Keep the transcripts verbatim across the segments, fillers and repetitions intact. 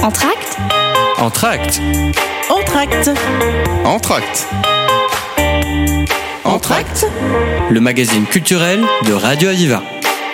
Entracte. Entracte. Entracte. Entracte. Entracte. Le magazine culturel de Radio Aviva.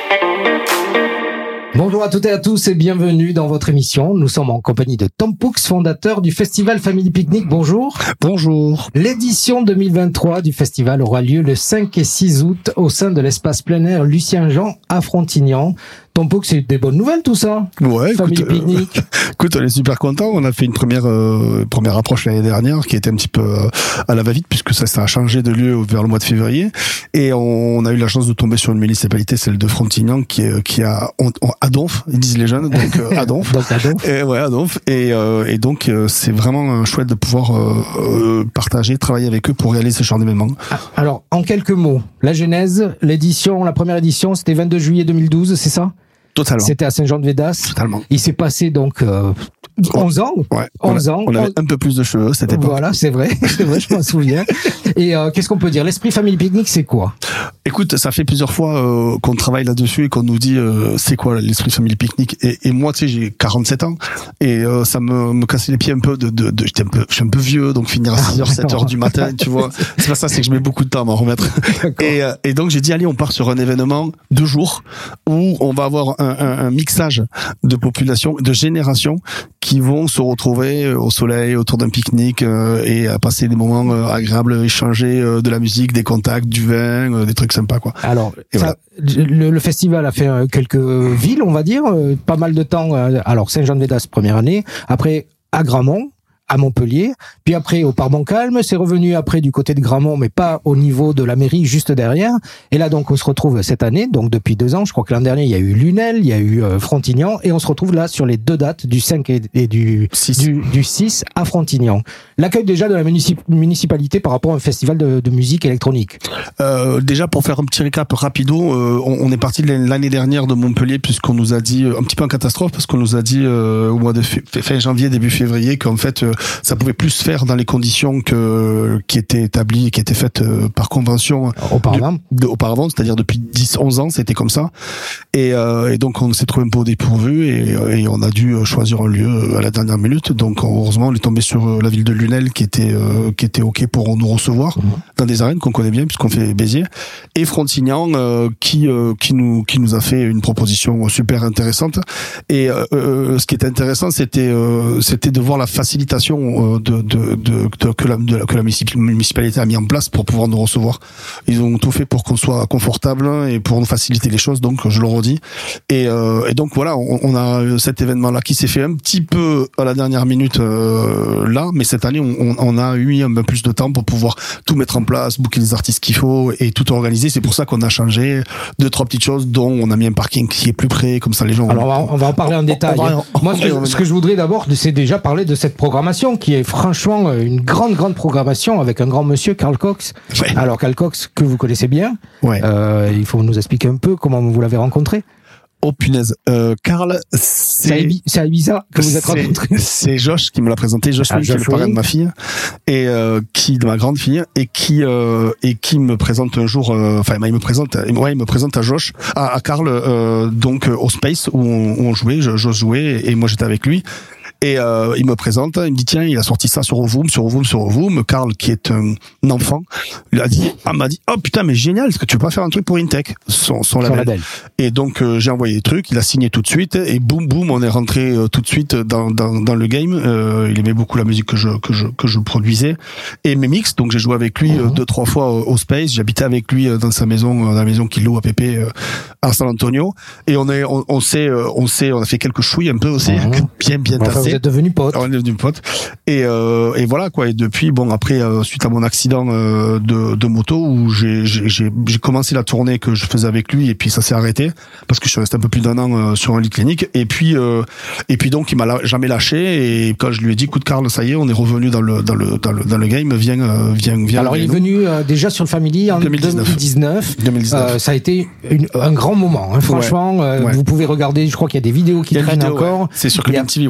Bonjour à toutes et à tous et bienvenue dans votre émission. Nous sommes en compagnie de Tom Poux, fondateur du festival Family Picnic. Bonjour. Bonjour. L'édition deux mille vingt-trois du festival aura lieu le cinq et six août au sein de l'espace plein air Lucien Jean à Frontignan. Tom Poux, c'est des bonnes nouvelles tout ça. Ouais, Family écoute, Picnic. Euh, écoute, on est super contents. On a fait une première euh, première approche l'année dernière qui était un petit peu euh, à la va-vite puisque ça, ça a changé de lieu vers le mois de février et on, on a eu la chance de tomber sur une municipalité, celle de Frontignan, qui est, qui a on, on, à Donf, ils disent les jeunes, donc euh, à Donf. donc à Donf. Et ouais, à Donf. Et, euh, et donc euh, c'est vraiment chouette de pouvoir euh, euh, partager, travailler avec eux pour réaliser ce genre d'événement. Alors, en quelques mots, la genèse, l'édition, la première édition, c'était vingt-deux juillet deux mille douze, c'est ça? Totalement. C'était à Saint-Jean-de-Védas. Totalement. Il s'est passé donc euh, onze ans. Ouais. onze on a, ans. On avait un peu plus de cheveux, c'était pas. Voilà, c'est vrai, c'est vrai, je m'en souviens. Et euh, qu'est-ce qu'on peut dire? L'esprit Family Picnic, c'est quoi? Écoute, ça fait plusieurs fois euh, qu'on travaille là-dessus et qu'on nous dit euh, c'est quoi l'esprit Family Picnic. Et, et moi, tu sais, j'ai quarante-sept ans et euh, ça me, me cassait les pieds un peu. De, de, de j'étais un peu, je suis un peu vieux, donc finir à six heures, sept heures du matin, tu vois. C'est pas ça, c'est que je mets beaucoup de temps à m'en remettre. Et, euh, et donc j'ai dit allez, on part sur un événement deux jours où on va avoir un, un, un mixage de population, de générations qui vont se retrouver au soleil autour d'un pique-nique euh, et à passer des moments euh, agréables, échanger euh, de la musique, des contacts, du vin, euh, des trucs sympas quoi. Alors, et ça, voilà. le, le festival a fait euh, quelques villes, on va dire, euh, pas mal de temps. Euh, alors Saint-Jean-de-Védas première année, après à Gramont, à Montpellier, puis après au Parc-Montcalm, c'est revenu après du côté de Gramont, mais pas au niveau de la mairie, juste derrière. Et là donc on se retrouve cette année, donc depuis deux ans, je crois que l'an dernier il y a eu Lunel, il y a eu euh, Frontignan, et on se retrouve là sur les deux dates du cinq et, et du, six. du du six à Frontignan. L'accueil déjà de la municip- municipalité par rapport à un festival de, de musique électronique. Euh, déjà pour faire un petit récap rapido, euh, on, on est parti l'année dernière de Montpellier puisqu'on nous a dit un petit peu en catastrophe parce qu'on nous a dit euh, au mois de f- fin janvier début février qu'en fait euh, ça pouvait plus se faire dans les conditions que qui étaient établies et qui étaient faites euh, par convention auparavant, de, de, auparavant, c'est-à-dire depuis dix onze ans, c'était comme ça. Et, euh, et donc on s'est trouvé un peu au dépourvu et, et on a dû choisir un lieu à la dernière minute. Donc heureusement on est tombé sur la ville de Lunel qui était euh, qui était ok pour nous recevoir mmh. dans des arènes qu'on connaît bien puisqu'on fait Béziers, et Frontignan euh, qui euh, qui nous qui nous a fait une proposition super intéressante. Et euh, ce qui était intéressant, c'était euh, c'était de voir la facilitation De, de, de, de, que, la, de, que la municipalité a mis en place pour pouvoir nous recevoir. Ils ont tout fait pour qu'on soit confortable et pour nous faciliter les choses, donc je le redis. Et, euh, et donc voilà, on, on a cet événement-là qui s'est fait un petit peu à la dernière minute euh, là, mais cette année on, on a eu un peu plus de temps pour pouvoir tout mettre en place, booker les artistes qu'il faut et tout organiser. C'est pour ça qu'on a changé deux, trois petites choses, dont on a mis un parking qui est plus près, comme ça les gens... Alors on va, on va en parler en détail. Va, Moi ce que, ce que je voudrais d'abord, c'est déjà parler de cette programmation qui est franchement une grande, grande programmation avec un grand monsieur, Carl Cox. Ouais. Alors, Carl Cox, que vous connaissez bien, ouais. euh, il faut nous expliquer un peu comment vous l'avez rencontré. Oh punaise, euh, Carl, c'est... C'est à Ibiza que vous êtes rencontré. C'est Josh qui me l'a présenté, Josh, ah, qui est le parrain de ma fille, et euh, qui, de ma grande fille, et qui euh, et qui me présente un jour, enfin euh, il me présente, ouais, il me présente à Josh, à, à Carl, euh, donc au Space où on, où on jouait, Josh jouait, et moi j'étais avec lui. Et euh, il me présente, il me dit tiens, il a sorti ça sur Ovoom, sur Ovoom, sur Ovoom. Carl, qui est un enfant, il a dit, ah, m'a dit, oh putain, mais génial, est-ce que tu peux pas faire un truc pour Intech, son, son label. label. Et donc euh, j'ai envoyé les trucs, il a signé tout de suite, et boum boum, on est rentré euh, tout de suite dans dans dans le game. Euh, il aimait beaucoup la musique que je que je que je produisais et mes mix, donc j'ai joué avec lui euh, deux trois fois au, au Space. J'habitais avec lui euh, dans sa maison, dans la maison qu'il loue à Pépé euh, à San Antonio. Et on est on, on s'est euh, on s'est on a fait quelques chouilles un peu aussi, mmh. bien bien tassé. Vous êtes devenus potes. On est devenus potes. Et euh, et voilà quoi. Et depuis, bon après, euh, suite à mon accident euh, de de moto où j'ai j'ai j'ai j'ai commencé la tournée que je faisais avec lui et puis ça s'est arrêté parce que je suis resté un peu plus d'un an euh, sur un lit clinique. Et puis euh, et puis donc il m'a la, jamais lâché. Et quand je lui ai dit, écoute Carl, ça y est, on est revenu dans le dans le dans le dans le game. Viens euh, viens viens. Alors il est venu euh, déjà sur le Family en deux mille dix-neuf. deux mille dix-neuf. Euh, ça a été une, un grand moment. Hein, franchement, ouais, euh, ouais. Vous pouvez regarder. Je crois qu'il y a des vidéos qui traînent vidéo, encore. Ouais. C'est sur Club M T V, ouais. Voilà,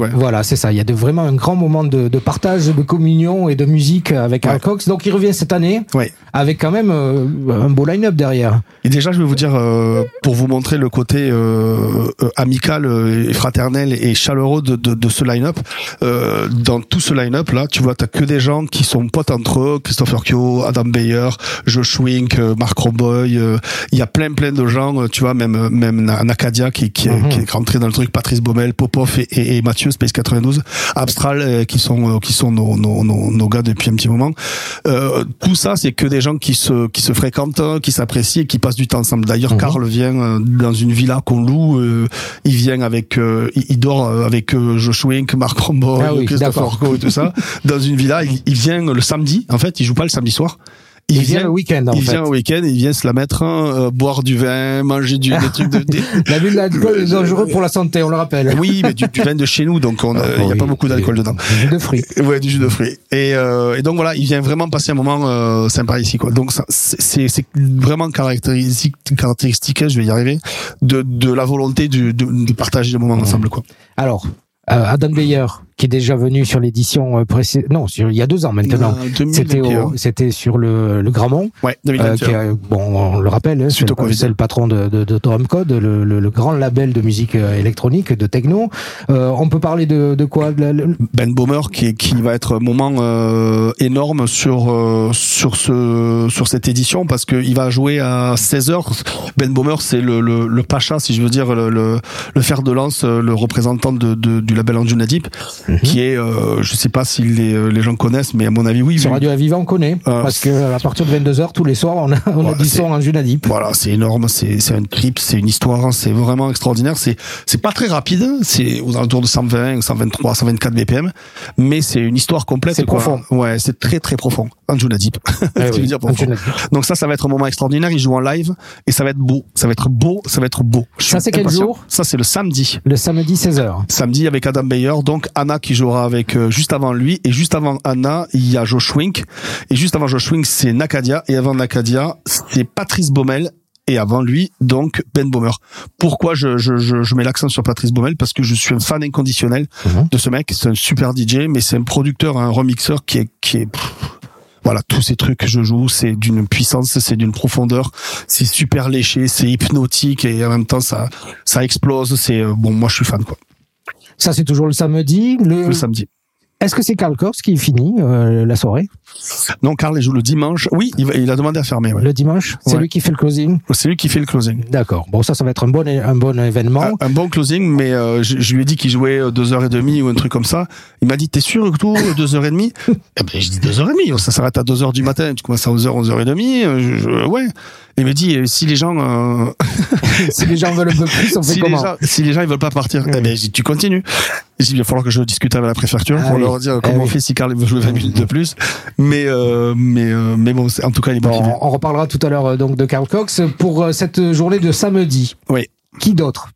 c'est ça. Il y a de, vraiment un grand moment de, de partage, de communion et de musique avec Ouais. Carl Cox. Donc il revient cette année Ouais. avec quand même euh, un beau line-up derrière. Et déjà, je vais vous dire, euh, pour vous montrer le côté euh, euh, amical et fraternel et chaleureux de, de, de ce line-up, euh, dans tout ce line-up là, tu vois, t'as que des gens qui sont potes entre eux, Christopher Kyo, Adam Beyer, Josh Wink, euh, Mark Romboy, il euh, y a plein plein de gens, euh, tu vois, même même Nakadia qui qui, Mm-hmm. est, qui est rentré dans le truc, Patrice Baumel, Popov et, et, et Mathieu Space quatre-vingt-douze, Abstral euh, qui sont euh, qui sont nos, nos nos nos gars depuis un petit moment. Euh, tout ça, c'est que des gens qui se qui se fréquentent, qui s'apprécient et qui passent du temps ensemble. D'ailleurs, Mhm. Karl vient euh, dans une villa qu'on loue. Euh, il vient avec, euh, il, il dort avec euh, Josh Wink, Mark Romboy, Ah oui, Christopher d'accord. Kyo et tout ça dans une villa. Il, il vient le samedi. En fait, il joue pas le samedi soir. Il, vient le week-end en il fait. vient au week-end et il vient se la mettre, euh, boire du vin, manger du, des trucs de, des- L'abus de l'alcool est dangereux pour la santé, on le rappelle. oui, mais du, du vin de chez nous, donc on, Ah, euh, il y a oui, pas beaucoup d'alcool du- dedans. du jus de fruits. Ouais, du jus de fruits. Et, euh, et donc voilà, il vient vraiment passer un moment euh, sympa ici, quoi. Donc ça, c'est, c'est c'est vraiment caractéristique, caractéristique, je vais y arriver, de, de la volonté du, de, de partager le moment ensemble, quoi. Alors, euh, Adam Beyer, qui est déjà venu sur l'édition euh, précédente, non, sur, il y a deux ans maintenant. Euh, deux mille C'était vingt et un. au- c'était sur le, le Grammont, Ouais, deux mille euh, vingt et un. qui est, bon, on le rappelle, hein, c'est Suite au le, Covid. c'est le patron de, de, de Drumcode, le, le, le grand label de musique euh, électronique, de techno. Euh, on peut parler de, de quoi de la- le- Ben Bomer qui est, qui va être un moment euh, énorme sur euh, sur ce sur cette édition parce que il va jouer à seize heures. Ben Bomer c'est le, le le pacha, si je veux dire, le le, le fer de lance, le représentant de, de du label Anjuna Deep, Mhm. qui est euh, je sais pas si les les gens connaissent, mais à mon avis oui. sur vu- Radio Aviva, on connaît, Euh, parce que à partir de vingt-deux heures, tous les soirs, on a, on a Voilà, du c'est- son en Junadip. Voilà, c'est énorme, c'est c'est un trip, c'est une histoire, c'est vraiment extraordinaire. C'est c'est pas très rapide, c'est aux alentours de cent vingt, cent vingt-trois, cent vingt-quatre B P M, mais c'est une histoire complète. C'est quoi. profond. Ouais, c'est très très profond. Anjuna Deep. Eh Ce qui oui, veut dire profond. Anjuna Deep. Donc ça, ça va être un moment extraordinaire. Il joue en live et ça va être beau, ça va être beau, ça va être beau. Je Ça, suis c'est quel impatient. jour Ça, c'est le samedi. Le samedi seize heures. Samedi avec Adam Beyer, donc Anna qui jouera avec euh, juste avant lui, et juste avant Anna il y a Josh Wink, et juste avant Josh Wink c'est Nakadia, et avant Nakadia c'est Patrice Baumel, et avant lui donc Ben Bomer. Pourquoi je, je, je, je mets l'accent sur Patrice Baumel? Parce que je suis un fan inconditionnel Mhm. de ce mec. C'est un super D J, mais c'est un producteur, un remixeur qui est qui est pff, voilà, tous ces trucs que je joue, c'est d'une puissance, c'est d'une profondeur, c'est super léché, c'est hypnotique, et en même temps ça ça explose. C'est euh, bon, moi je suis fan, quoi. Ça, c'est toujours le samedi. Le, Le samedi. Est-ce que c'est Carl Cox qui finit euh, la soirée Non, Karl il joue le dimanche. Oui, il, va- il a demandé à fermer. Ouais. le dimanche? C'est Ouais. lui qui fait le closing? C'est lui qui fait le closing. D'accord. Bon, ça, ça va être un bon, un bon événement. Un, un bon closing, mais euh, je, je lui ai dit qu'il jouait euh, deux heures et demie ou un truc comme ça. Il m'a dit, t'es sûr que tout deux heures et demie? Eh ben, je dis deux heures et demie. Ça s'arrête à deux heures du matin. Tu commences à onze heures, onze heures et demie. euh, Je, je- ouais. Il me dit, euh, si les gens, euh, Si les gens veulent un peu plus, on fait si les comment? gens, si les gens ils veulent pas partir, eh ben, je dis, tu continues. Je dis, il va falloir que je discute avec la préfecture Ah pour oui. leur dire Ah comment on oui. fait si Karl veut jouer vingt minutes de plus. Mais, euh, mais, euh, mais bon, c'est- en tout cas, il est bon. qu'il Bon, vienne. on reparlera tout à l'heure euh, donc de Carl Cox pour euh, cette journée de samedi. Oui. Qui d'autre?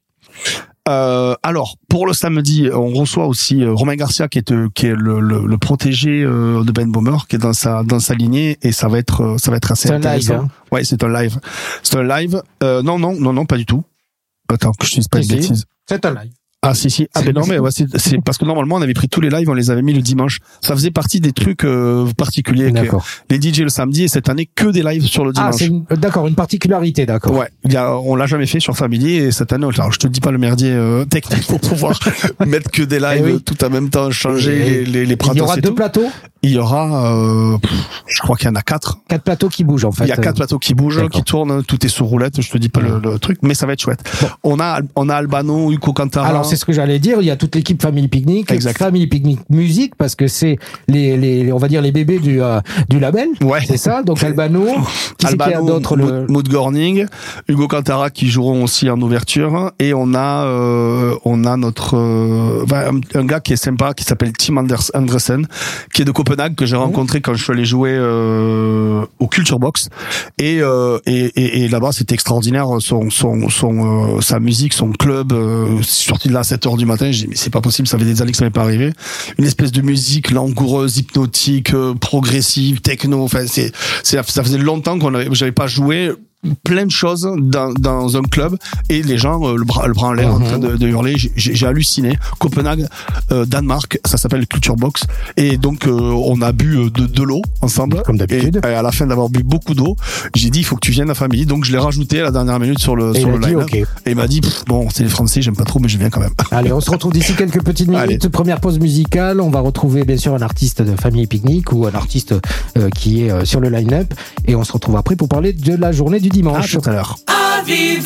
Euh, alors, pour le samedi, on reçoit aussi euh, Romain Garcia, qui est euh, qui est le, le, le protégé euh, de Ben Bomer, qui est dans sa dans sa lignée, et ça va être euh, ça va être assez C'est un live, intéressant. hein. Ouais, c'est un live. C'est un live. Euh, non, non, non, non, pas du tout. Attends, que je dise pas de Si, si. bêtises. C'est un live. Ah si si. Ah ben non mais ouais, c'est c'est parce que normalement on avait pris tous les lives, on les avait mis le dimanche. Ça faisait partie des trucs euh, particuliers. Que D'accord. les D J le samedi, et cette année que des lives sur le Ah, dimanche. c'est une, euh, d'accord, une particularité, d'accord. Ouais, il y a, on l'a jamais fait sur Family, et cette année, alors je te dis pas le merdier euh, technique pour pouvoir mettre que des lives Eh oui. tout en même temps, changer Et les, les, les Il y pratos aura et deux tout. plateaux, Il y aura, euh, pff, je crois qu'il y en a quatre. quatre plateaux qui bougent en fait. Il y a quatre plateaux qui bougent, D'accord. qui tournent, tout est sur roulette, je te dis pas le, le truc, mais ça va être chouette. On a, on a Albano, Hugo Cantara. Alors c'est ce que j'allais dire, il y a toute l'équipe Family Picnic, Exact. Family Picnic Musique, parce que c'est les, les, on va dire les bébés du, euh, du label. Ouais. C'est ça, donc Albano, qui c'est qu'il y a Albano, d'autres le... Mood, Mood Gorning, Hugo Cantara qui joueront aussi en ouverture, et on a euh, on a notre euh, un, un gars qui est sympa qui s'appelle Tim Anders, Andresen, qui est de Copenhague, que j'ai rencontré quand je suis allé jouer euh, au Culture Box, et euh, et, et, et là-bas c'était extraordinaire, son son son euh, sa musique, son club, euh, sorti de là à sept heures du matin, j'ai dit mais c'est pas possible, ça fait des années que ça m'est pas arrivé, une espèce de musique langoureuse, hypnotique, euh, progressive, techno, enfin c'est c'est ça faisait longtemps qu'on avait, j'avais pas joué plein de choses dans, dans un club et les gens euh, le bras le bras en l'air mmh. en train de, de hurler. J'ai, j'ai halluciné. Copenhague, euh, Danemark, ça s'appelle Culture Box et donc euh, on a bu de, de l'eau ensemble. Comme d'habitude. Et, et à la fin d'avoir bu beaucoup d'eau, j'ai dit il faut que tu viennes la famille. Donc je l'ai rajouté à la dernière minute sur le et sur le line. Okay. Et il m'a dit bon c'est les Français j'aime pas trop mais je viens quand même. Allez on se retrouve d'ici quelques petites minutes. Allez. Première pause musicale. On va retrouver bien sûr un artiste de Famille Pique-Nique ou un artiste euh, qui est euh, sur le line-up et on se retrouve après pour parler de la journée du dimanche. À tout à l'heure. Aviva.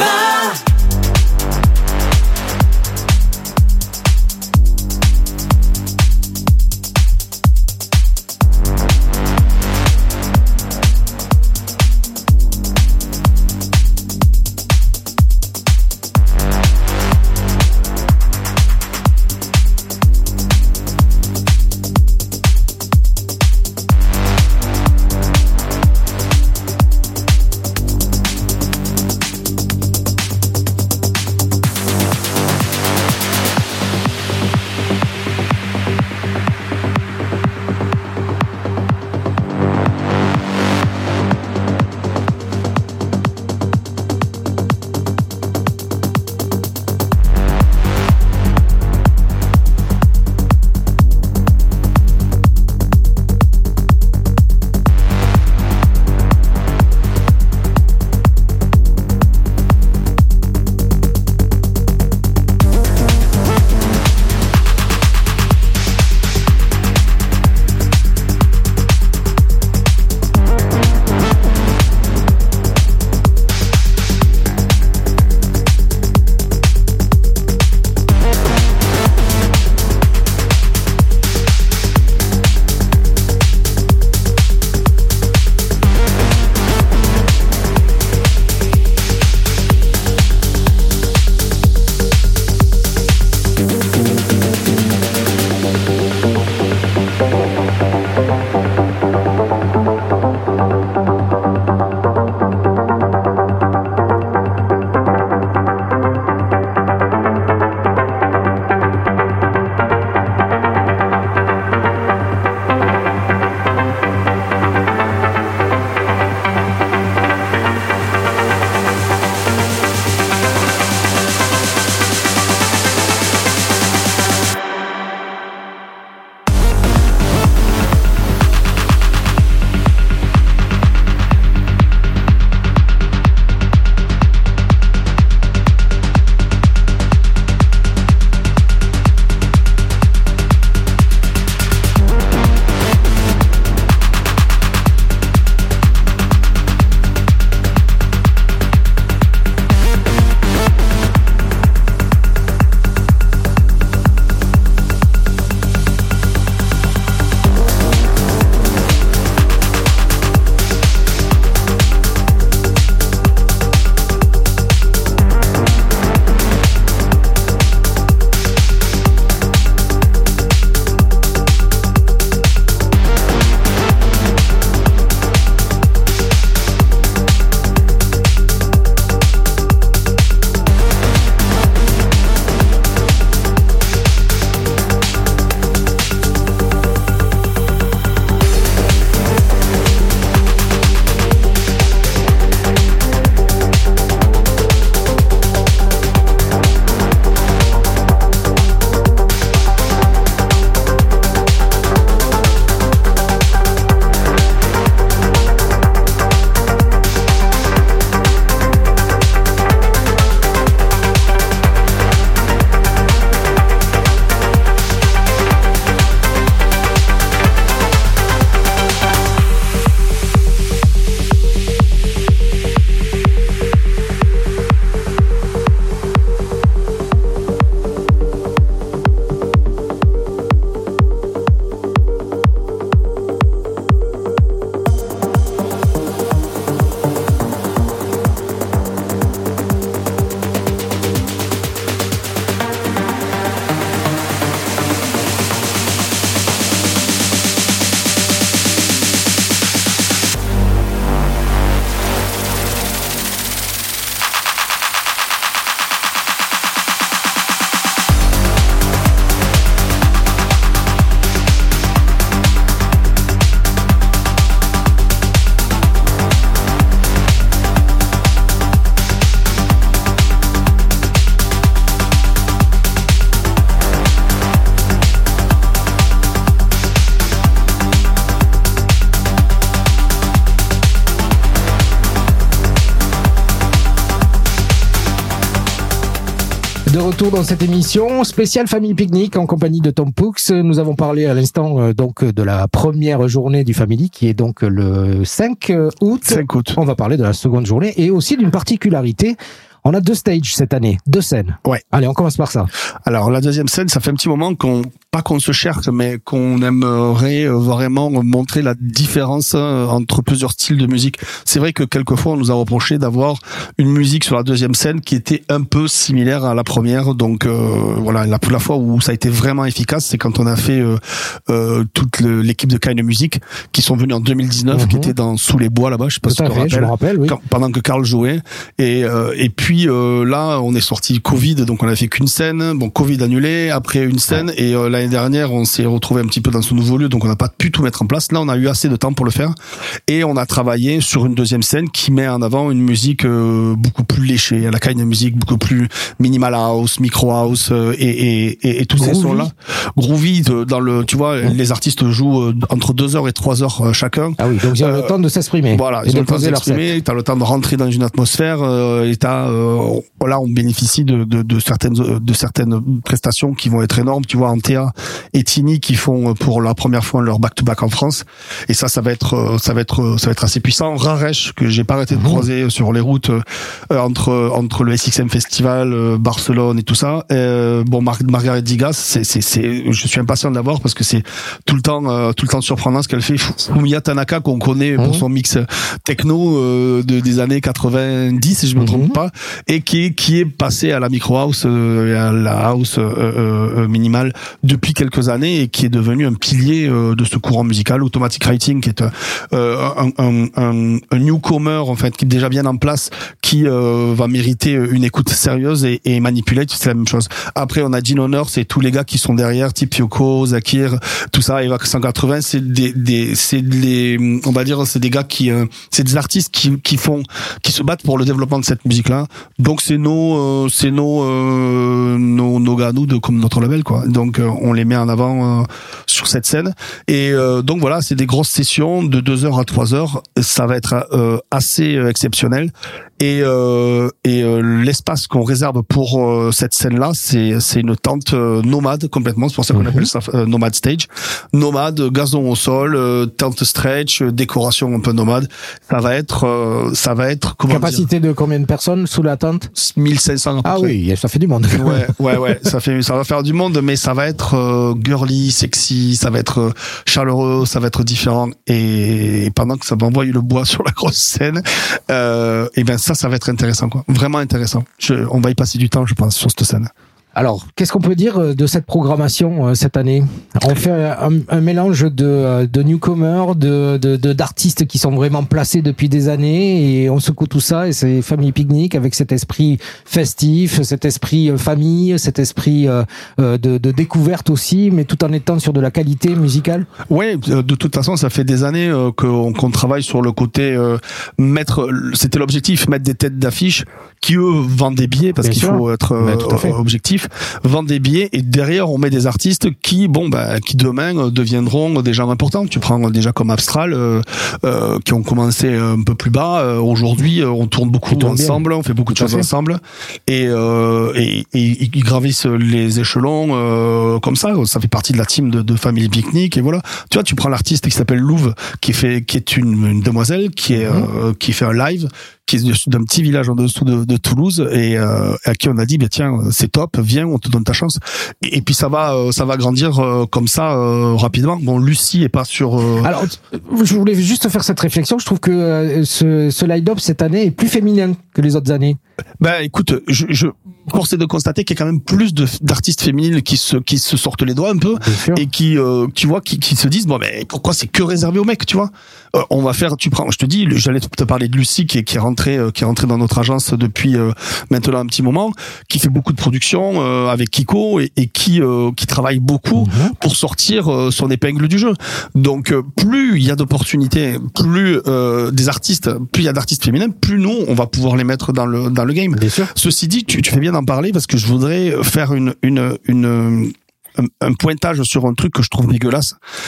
retour dans cette émission spéciale Family Picnic en compagnie de Tom Poux. Nous avons parlé à l'instant euh, donc de la première journée du Family qui est donc le cinq août. cinq août. On va parler de la seconde journée et aussi d'une particularité. On a deux stages cette année, deux scènes. Ouais. Allez, on commence par ça. Alors la deuxième scène, ça fait un petit moment qu'on, pas qu'on se cherche, mais qu'on aimerait vraiment montrer la différence entre plusieurs styles de musique. C'est vrai que quelquefois on nous a reproché d'avoir une musique sur la deuxième scène qui était un peu similaire à la première. Donc euh, voilà, la, la fois où ça a été vraiment efficace, c'est quand on a fait euh, euh, toute le, l'équipe de Kind Music qui sont venus en deux mille dix-neuf, mm-hmm. qui était dans Sous les Bois là-bas. Je sais pas Tout si tu te rappelles. Je me rappelle, oui. Quand, pendant que Karl jouait et euh, et puis Euh, là, on est sorti Covid, donc on a fait qu'une scène. Bon, Covid annulé, après une scène, et euh, l'année dernière, on s'est retrouvé un petit peu dans ce nouveau lieu, donc on n'a pas pu tout mettre en place. Là, on a eu assez de temps pour le faire, et on a travaillé sur une deuxième scène qui met en avant une musique euh, beaucoup plus léchée, la kind of musique beaucoup plus minimal house, micro house, euh, et, et, et, et tous ces sons-là, groovy. De, dans le, tu vois, mmh. les artistes jouent euh, entre deux heures et trois heures euh, chacun. Ah oui, donc ils ont euh, le temps de s'exprimer. Voilà, ils ont le temps de s'exprimer. T'as le temps de rentrer dans une atmosphère, euh, et t'as euh, là on bénéficie de, de, de certaines de certaines prestations qui vont être énormes, tu vois, Antea et Tini qui font pour la première fois leur back to back en France, et ça ça va être ça va être ça va être assez puissant. Raresh, que j'ai pas arrêté de mmh. croiser sur les routes euh, entre entre le S X M Festival, euh, Barcelone et tout ça. Euh, bon, Mar- Margaret Digas, c'est c'est c'est je suis impatient de la voir parce que c'est tout le temps euh, tout le temps surprenant ce qu'elle fait. Fumiya Tanaka, qu'on connaît mmh. pour son mix techno euh, de des années quatre-vingt-dix, si je me mmh. trompe pas, et qui qui est passé à la micro house euh, et à la house euh, euh, minimale depuis quelques années, et qui est devenu un pilier euh, de ce courant musical. Automatic Writing, qui est euh, un, un, un, un newcomer en fait, qui est déjà bien en place, qui euh, va mériter une écoute sérieuse, et, et Manipulate, c'est la même chose. Après, on a Gene Honor, c'est tous les gars qui sont derrière, type Yoko, Zakir, tout ça, Eva cent quatre-vingts, c'est des, des c'est des, on va dire, c'est des gars qui, euh, c'est des artistes qui, qui font, qui se battent pour le développement de cette musique-là. Donc c'est nos, euh, c'est nos, euh, nos, nos gars, nous, de, comme notre label, quoi. Donc euh, on les met en avant euh, sur cette scène. Et euh, donc voilà, c'est des grosses sessions de deux heures à trois heures. Ça va être euh, assez euh, exceptionnel. Et euh, et euh, l'espace qu'on réserve pour euh, cette scène-là, c'est c'est une tente euh, nomade complètement. C'est pour ça qu'on mmh. appelle ça euh, nomade stage. Nomade, gazon au sol, euh, tente stretch, euh, décoration un peu nomade. Ça va être euh, ça va être comment capacité dire de combien de personnes sous la tente? mille cinq cents. Ah près. Oui, ça fait du monde. Ouais, ouais, ouais. Ça fait ça va faire du monde, mais ça va être euh, girly, sexy. Ça va être euh, chaleureux. Ça va être différent. Et, et pendant que ça m'envoie le bois sur la grosse scène, euh, et ben ça, ça va être intéressant, quoi. Vraiment intéressant. Je, on va y passer du temps, je pense, sur cette scène. Alors, qu'est-ce qu'on peut dire de cette programmation euh, cette année? On fait un, un mélange de, de newcomers, de, de, de d'artistes qui sont vraiment placés depuis des années, et on secoue tout ça, et c'est Family Picnic avec cet esprit festif, cet esprit famille, cet esprit euh, de, de découverte aussi, mais tout en étant sur de la qualité musicale. Ouais, de toute façon, ça fait des années euh, qu'on, qu'on travaille sur le côté euh, mettre. C'était l'objectif, mettre des têtes d'affiche qui eux vendent des billets, parce Bien qu'il sûr. faut être euh, objectif. Vendre des billets, et derrière on met des artistes qui bon bah qui demain deviendront des gens importants. Tu prends déjà comme Abstral euh, euh, qui ont commencé un peu plus bas, euh, aujourd'hui on tourne beaucoup ensemble, bien. on fait beaucoup de Tout choses ensemble, et, euh, et, et ils gravissent les échelons euh, comme ça. Ça fait partie de la team de, de Family Picnic, et voilà. Tu vois, tu prends l'artiste qui s'appelle Louve, qui fait qui est une, une demoiselle qui est mmh. euh, qui fait un live, qui est d'un petit village en dessous de, de Toulouse, et euh, à qui on a dit bah tiens, c'est top, viens, on te donne ta chance. Et, et puis ça va ça va grandir euh, comme ça euh, rapidement. Bon, Lucie est pas sur euh... Alors je voulais juste faire cette réflexion, je trouve que euh, ce ce line-up cette année est plus féminin que les autres années. Ben écoute, je je force est de constater qu'il y a quand même plus de d'artistes féminines qui se qui se sortent les doigts un peu, et qui euh, tu vois qui qui se disent bon ben pourquoi c'est que réservé aux mecs, tu vois. Euh, on va faire, tu prends, je te dis, j'allais te parler de Lucie qui est qui est rentrée euh, qui est rentrée dans notre agence depuis euh, maintenant un petit moment, qui fait beaucoup de production euh, avec Kiko, et, et qui euh, qui travaille beaucoup mmh. pour sortir euh, son épingle du jeu. Donc euh, plus il y a d'opportunités, plus euh, des artistes, plus il y a d'artistes féminins, plus nous on va pouvoir les mettre dans le dans le game. Bien sûr. Ceci dit, tu, tu fais bien d'en parler, parce que je voudrais faire une une une un, un pointage sur un truc que je trouve dégueulasse.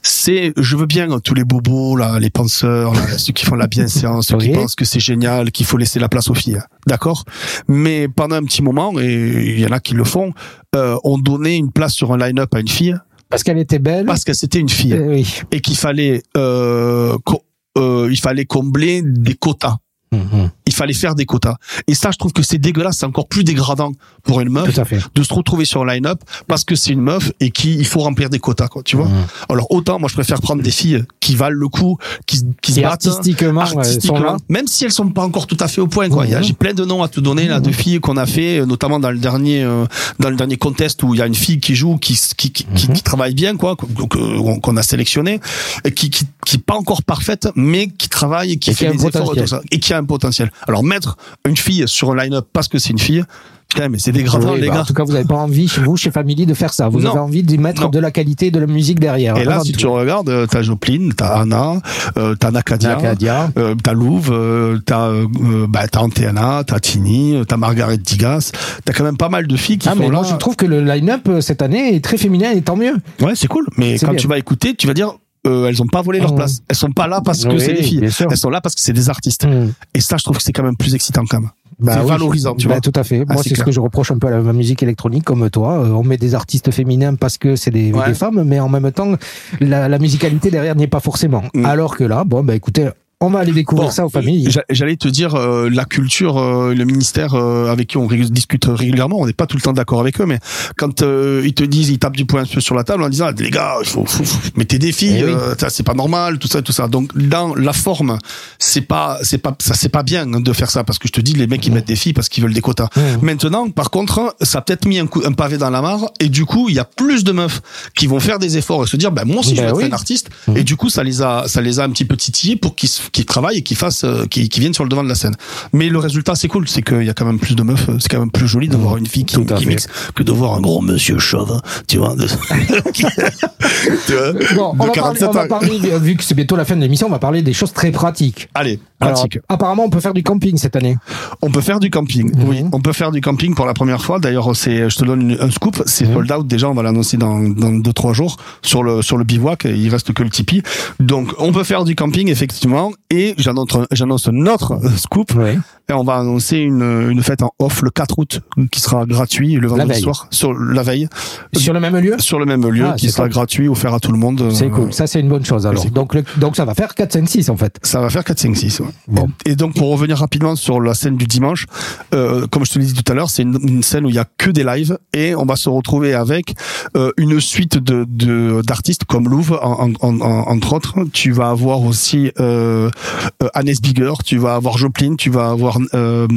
c'est, je veux bien tous les bobos, là, les penseurs, là, ceux qui font la bienséance, ceux oui. qui pensent que c'est génial, qu'il faut laisser la place aux filles, d'accord. Mais pendant un petit moment, et il y en a qui le font, euh, on donnait une place sur un line-up à une fille. Parce qu'elle était belle. Parce que c'était une fille. Euh, oui. Et qu'il fallait, euh, co- euh, il fallait combler des quotas. Mmh. Il fallait faire des quotas. Et ça, je trouve que c'est dégueulasse, c'est encore plus dégradant pour une meuf Tout à fait. de se retrouver sur un line-up parce que c'est une meuf et qui il faut remplir des quotas, quoi, tu vois. Mmh. Alors autant, moi, je préfère prendre des filles qui valent le coup, qui, qui se Et battent artistiquement, artistiquement, sont là. même si elles sont pas encore tout à fait au point, quoi. Mmh. Il y a, j'ai plein de noms à te donner là de filles qu'on a fait, notamment dans le dernier, euh, dans le dernier contest où il y a une fille qui joue, qui qui qui, mmh. qui, qui travaille bien, quoi, qu'on, qu'on a sélectionné, et qui qui qui est pas encore parfaite, mais qui travaille et qui et fait qui des efforts et tout ça, et qui a un potentiel. Alors mettre une fille sur un line-up parce que c'est une fille, putain, mais c'est dégradant, oui, les bah, gars. En tout cas, vous n'avez pas envie, chez vous, chez Family, de faire ça. Vous Non. avez envie d'y mettre Non. de la qualité, de la musique derrière. Et là, Avant si tout. tu regardes, euh, t'as Joplin, t'as Anna, euh, t'as Nakadia, Nakadia. Euh, t'as Louve, euh, t'as euh, bah, t'as Anteana, t'as Tini, euh, t'as Margaret Digas, t'as quand même pas mal de filles qui Ah, sont mais là. moi, je trouve que le line-up euh, cette année est très féminin et tant mieux. Ouais, c'est cool. Mais C'est quand bien. tu vas écouter, tu vas dire. Euh, elles ont pas volé leur Mmh. place. Elles sont pas là parce que Oui, c'est des filles. bien sûr. Elles sont là parce que c'est des artistes. Mmh. Et ça, je trouve que c'est quand même plus excitant quand même. Bah c'est oui. valorisant, tu Bah, vois. tout à fait. Ah, Moi, c'est c'est ce clair. que je reproche un peu à la musique électronique, comme toi. Euh, on met des artistes féminins parce que c'est des, Ouais. des femmes, mais en même temps, la, la musicalité derrière n'y est pas forcément. Mm. Alors que là, bon, bah écoutez, on va aller découvrir Bon, ça aux familles. j'a- J'allais te dire, euh, la culture, euh, le ministère euh, avec qui on ré- discute régulièrement, on n'est pas tout le temps d'accord avec eux, mais quand euh, ils te disent, ils tapent du poing sur la table en disant, ah, les gars, il faut, faut, faut mettez des filles, Eh oui. euh, ça c'est pas normal, tout ça, tout ça. Donc dans la forme, c'est pas, c'est pas, ça c'est pas bien de faire ça parce que je te dis, les mecs ils mettent des filles parce qu'ils veulent des quotas. Mmh. Maintenant, par contre, ça a peut-être mis un, coup, un pavé dans la mare et du coup, il y a plus de meufs qui vont faire des efforts et se dire, ben moi aussi Ben je veux être oui. un artiste. Mmh. Et du coup, ça les a, ça les a un petit peu titillés pour qu'ils, s- qu'ils travaillent et qu'ils fassent, euh, qu'ils, qu'ils viennent sur le devant de la scène. Mais le résultat, c'est cool, c'est qu'il y a quand même plus de meufs. euh, C'est quand même plus joli de Mmh. voir une fille qui, Tout à qui fait. mixe que de voir un gros monsieur chauve, tu vois. De, qui- tu vois, Bon, de on va, parler, quarante-sept on va ans. parler, vu que c'est bientôt la fin de l'émission, on va parler des choses très pratiques. Allez, Alors, pratique. apparemment, on peut faire du camping cette année. On peut faire du camping. Mhm. Oui, on peut faire du camping pour la première fois. D'ailleurs, c'est, je te donne une- un scoop. C'est Mhm. sold out. Déjà, on va l'annoncer dans, dans deux, trois jours sur le, sur le bivouac. Il reste que le Tipeee. Donc, on peut faire du camping, effectivement. Et j'annonce, j'annonce notre euh, scoop. Oui. Et on va annoncer une, une fête en off le quatre août, qui sera gratuit le vendredi veille. soir, sur la veille. Sur le même lieu? Sur le même lieu, Ah, qui c'est sera top. gratuit, offert à tout le monde. C'est Euh, cool. Ça, c'est une bonne chose, alors. c'est cool. Donc, le- donc, ça va faire quatre, cinq, six, en fait. Ça va faire quatre, cinq, six. Ouais. Bon. Et donc, pour revenir rapidement sur la scène du dimanche, euh, comme je te l'ai dit tout à l'heure, c'est une, une scène où il y a que des lives et on va se retrouver avec euh, une suite de, de d'artistes comme Louvre, en, en, en, entre autres. Tu vas avoir aussi euh, euh, Hannes Bigger, tu vas avoir Joplin, tu vas avoir euh,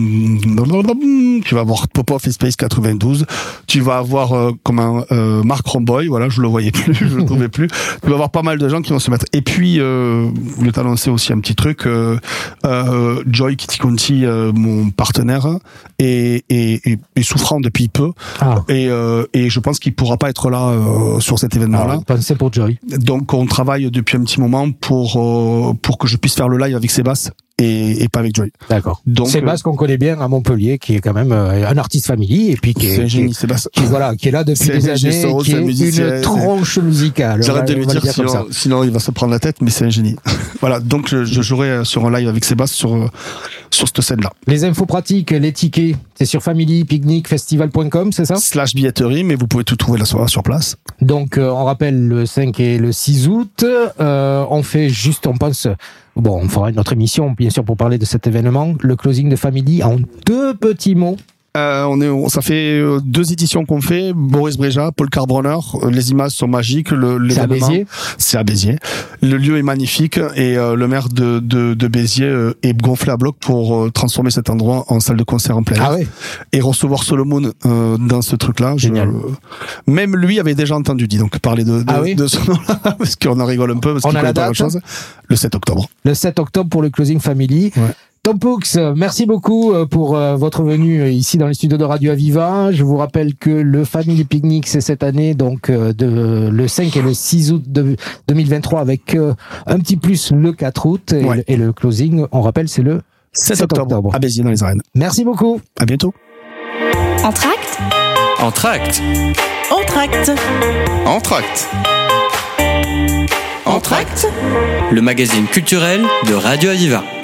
tu vas avoir Popov et Space quatre-vingt-douze, tu vas avoir euh, comment euh, Mark Romboy, voilà, je le voyais plus, je le trouvais plus. Tu vas avoir pas mal de gens qui vont se mettre. Et puis, euh, je voulais t'annoncer aussi un petit truc. Euh, euh, Joy Kitty-Conti, euh, mon partenaire, est, est, est, est souffrant depuis peu. Ah. Et, euh, et je pense qu'il pourra pas être là euh, sur cet événement-là. Alors, pensez pour Joy. Donc, on travaille depuis un petit moment pour euh, pour que je puisse faire le live avec Sébastien et, et pas avec Joy. D'accord. Donc, Sébastien, qu'on connaît bien à Montpellier, qui est quand même euh, un artiste family, et puis qui est, c'est un qui génie, est- Sébastien. qui, voilà, qui est là depuis C'est des un années, gesto, qui c'est un est musicien. une tronche musicale. J'arrête de On va- lui on va le dire, comme sinon, ça. sinon il va se prendre la tête, mais c'est un génie. Voilà, donc je, je jouerai sur un live avec Sébastien sur, euh, sur cette scène-là. Les infos pratiques, les tickets, c'est sur family picnic festival point com, c'est ça? Slash billetterie, mais vous pouvez tout trouver la soirée sur place. Donc, euh, on rappelle le cinq et le six août. Euh, on fait juste, on pense, bon, on fera une autre émission, bien sûr, pour parler de cet événement. Le closing de Family en deux petits mots. Euh, on est, on- ça fait euh, deux éditions qu'on fait. Boris Breja, Paul Carbronner. euh, Les images sont magiques. Le, C'est à l'événement- Béziers. C'est à Béziers. Le lieu est magnifique et euh, le maire de, de, de Béziers euh, est gonflé à bloc pour euh, transformer cet endroit en salle de concert en plein air Ah ouais. et recevoir Solomon euh, dans ce truc-là. Je- Génial. même lui avait déjà entendu, dis donc, parler de, de, Ah oui de ce nom-là parce qu'on en rigole un peu parce On qu'il a la connaît pas date grand-chose. Le sept octobre. Le sept octobre pour le closing Family. Ouais. Tom Poux, merci beaucoup pour votre venue ici dans les studios de Radio Aviva. Je vous rappelle que le Family Picnic, c'est cette année, donc de, le cinq et le six août de deux mille vingt-trois, avec un petit plus le quatre août. Et, Ouais. le, et le closing, on rappelle, c'est le sept sept octobre. octobre. À Béziers dans les arènes. Merci beaucoup. À bientôt. Entracte, Entracte. entracte. Entracte. Entracte, le magazine culturel de Radio Aviva.